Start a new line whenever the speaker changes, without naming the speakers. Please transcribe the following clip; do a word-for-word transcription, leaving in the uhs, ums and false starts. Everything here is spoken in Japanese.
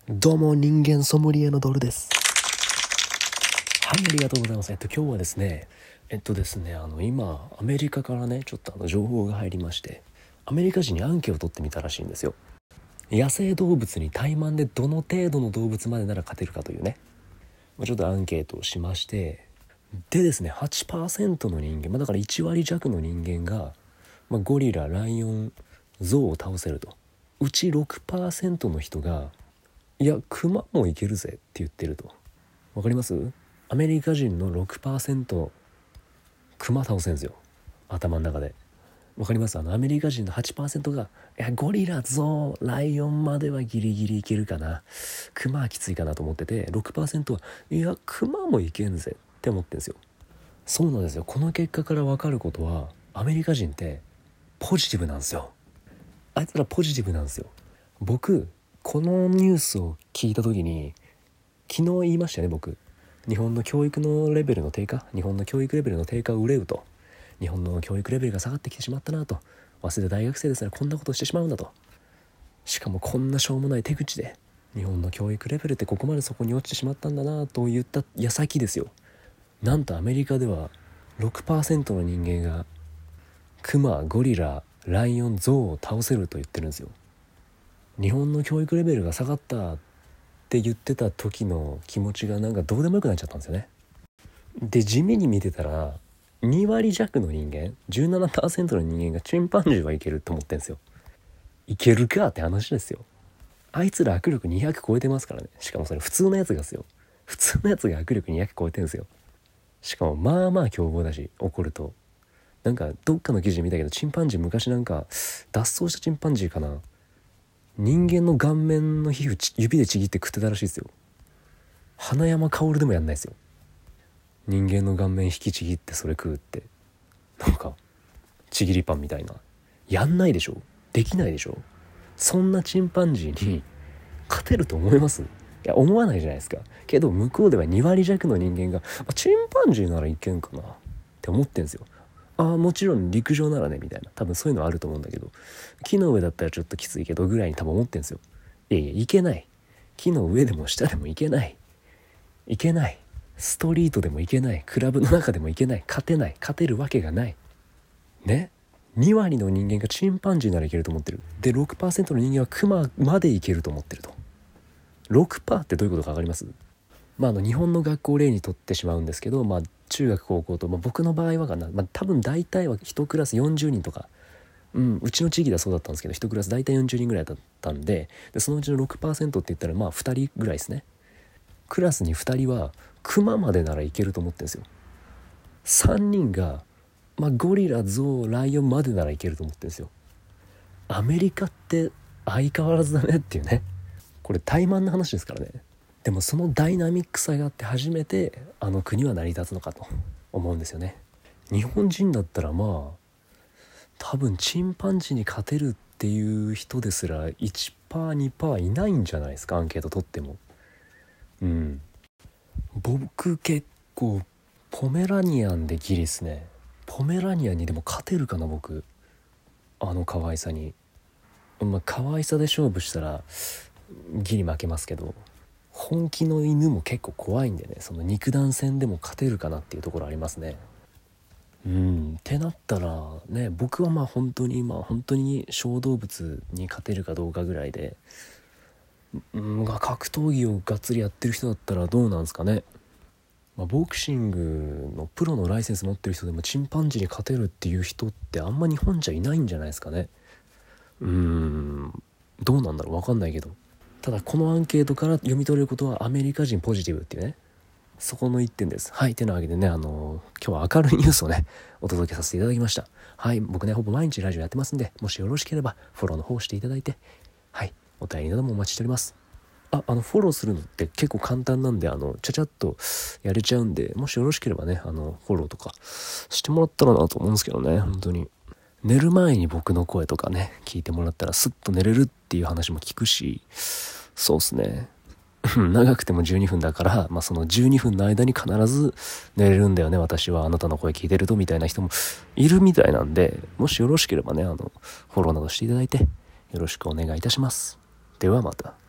どうも、人間ソムリエのドルです。はい、ありがとうございます。えっと今日はですねえっとですねあの今アメリカからねちょっとあの情報が入りまして、アメリカ人にアンケートを取ってみたらしいんですよ。野生動物に怠慢でどの程度の動物までなら勝てるかというね、ちょっとアンケートをしまして、でですね はちパーセント の人間、まあ、だからいち割弱の人間が、まあ、ゴリラ、ライオン、ゾウを倒せると。うち ろくパーセント の人がいやクマもいけるぜって言ってると。わかります？アメリカ人の ろくパーセント クマ倒せんですよ、頭の中で。わかります？あのアメリカ人の はちパーセント がいやゴリラ、ゾウ、ライオンまではギリギリいけるかな、クマはきついかなと思ってて、 ろくパーセント はいやクマもいけんぜって思ってんですよ。そうなんですよ。この結果から分かることは、アメリカ人ってポジティブなんですよ。あいつらポジティブなんですよ。僕このニュースを聞いた時に、昨日言いましたよね。僕日本の教育のレベルの低下日本の教育レベルの低下を憂うと、日本の教育レベルが下がってきてしまったなと、早稲田大学生ですらこんなことをしてしまうんだと、しかもこんなしょうもない手口で日本の教育レベルってここまでそこに落ちてしまったんだなと言った矢先ですよ。なんとアメリカでは ろくパーセント の人間がクマ、ゴリラ、ライオン、ゾウを倒せると言ってるんですよ。日本の教育レベルが下がったって言ってた時の気持ちがなんかどうでもよくなっちゃったんですよね。で地味に見てたらに割弱の人間 じゅうななパーセント の人間がチンパンジーはいけると思ってんですよ。いけるかって話ですよ。あいつら握力にひゃく超えてますからね。しかもそれ普通のやつがですよ。普通のやつが握力にひゃく超えてるんですよ。しかもまあまあ凶暴だし、怒るとなんかどっかの記事で見たけど、チンパンジー昔なんか脱走したチンパンジーかな、人間の顔面の皮膚指でちぎって食ってたらしいですよ。花山薫でもやんないですよ。人間の顔面引きちぎってそれ食うって、なんかちぎりパンみたいな、やんないでしょ、できないでしょ。そんなチンパンジーに勝てると思います？いや思わないじゃないですか。けど向こうではに割弱の人間がチンパンジーならいけんかなって思ってんですよ。ああもちろん陸上ならねみたいな、多分そういうのはあると思うんだけど、木の上だったらちょっときついけどぐらいに多分思ってんですよ。いやいやいけない、木の上でも下でもいけないいけない、ストリートでもいけない、クラブの中でもいけない、勝てない、勝てるわけがないね。に割の人間がチンパンジーならいけると思ってる。で ろくパーセント の人間はクマまでいけると思ってると。 ろくパーセント ってどういうことか分かります？まあ、あの日本の学校を例にとってしまうんですけど、まあ、中学高校と、まあ、僕の場合はかな、まあ、多分大体はいちクラスよんじゅうにんとか、うん、うちの地域ではそうだったんですけど、いちクラス大体よんじゅうにんぐらいだったんで、でそのうちの ろくパーセント って言ったらまあふたりぐらいですね。クラスにふたりはクマまでならいけると思ってるんですよ。さんにんが、まあ、ゴリラ、ゾウ、ライオンまでならいけると思ってるんですよ。アメリカって相変わらずだねっていうね。これ怠慢な話ですからね。でもそのダイナミックさがあって初めてあの国は成り立つのかと思うんですよね。日本人だったらまあ多分チンパンジーに勝てるっていう人ですら いちパーセント にパーセント いないんじゃないですか、アンケート取っても。うん僕結構ポメラニアンでギリっすね。ポメラニアンにでも勝てるかな僕、あの可愛さに。まあ可愛さで勝負したらギリ負けますけど、本気の犬も結構怖いんでね、その肉弾戦でも勝てるかなっていうところありますね。うんってなったらね、僕はまあ本当にまあ本当に小動物に勝てるかどうかぐらいで、うんが格闘技をがっつりやってる人だったらどうなんですかね。まあ、ボクシングのプロのライセンス持ってる人でもチンパンジーに勝てるっていう人ってあんま日本じゃいないんじゃないですかね。うーんどうなんだろう、分かんないけど、ただこのアンケートから読み取れることはアメリカ人ポジティブっていうね、そこの一点です。はい、てなわけでね、あのー、今日は明るいニュースをねお届けさせていただきました。はい、僕ねほぼ毎日ラジオやってますんで、もしよろしければフォローの方していただいて、はいお便りなどもお待ちしております。あ、あのフォローするのって結構簡単なんで、あのちゃちゃっとやれちゃうんで、もしよろしければねあのフォローとかしてもらったらなと思うんですけどね。本当に寝る前に僕の声とかね聞いてもらったらスッと寝れるっていう話も聞くし、そうっすね長くてもじゅうにふんだから、まあ、そのじゅうにふんの間に必ず寝れるんだよね私は、あなたの声聞いてるとみたいな人もいるみたいなんで、もしよろしければねあのフォローなどしていただいてよろしくお願いいたします。ではまた。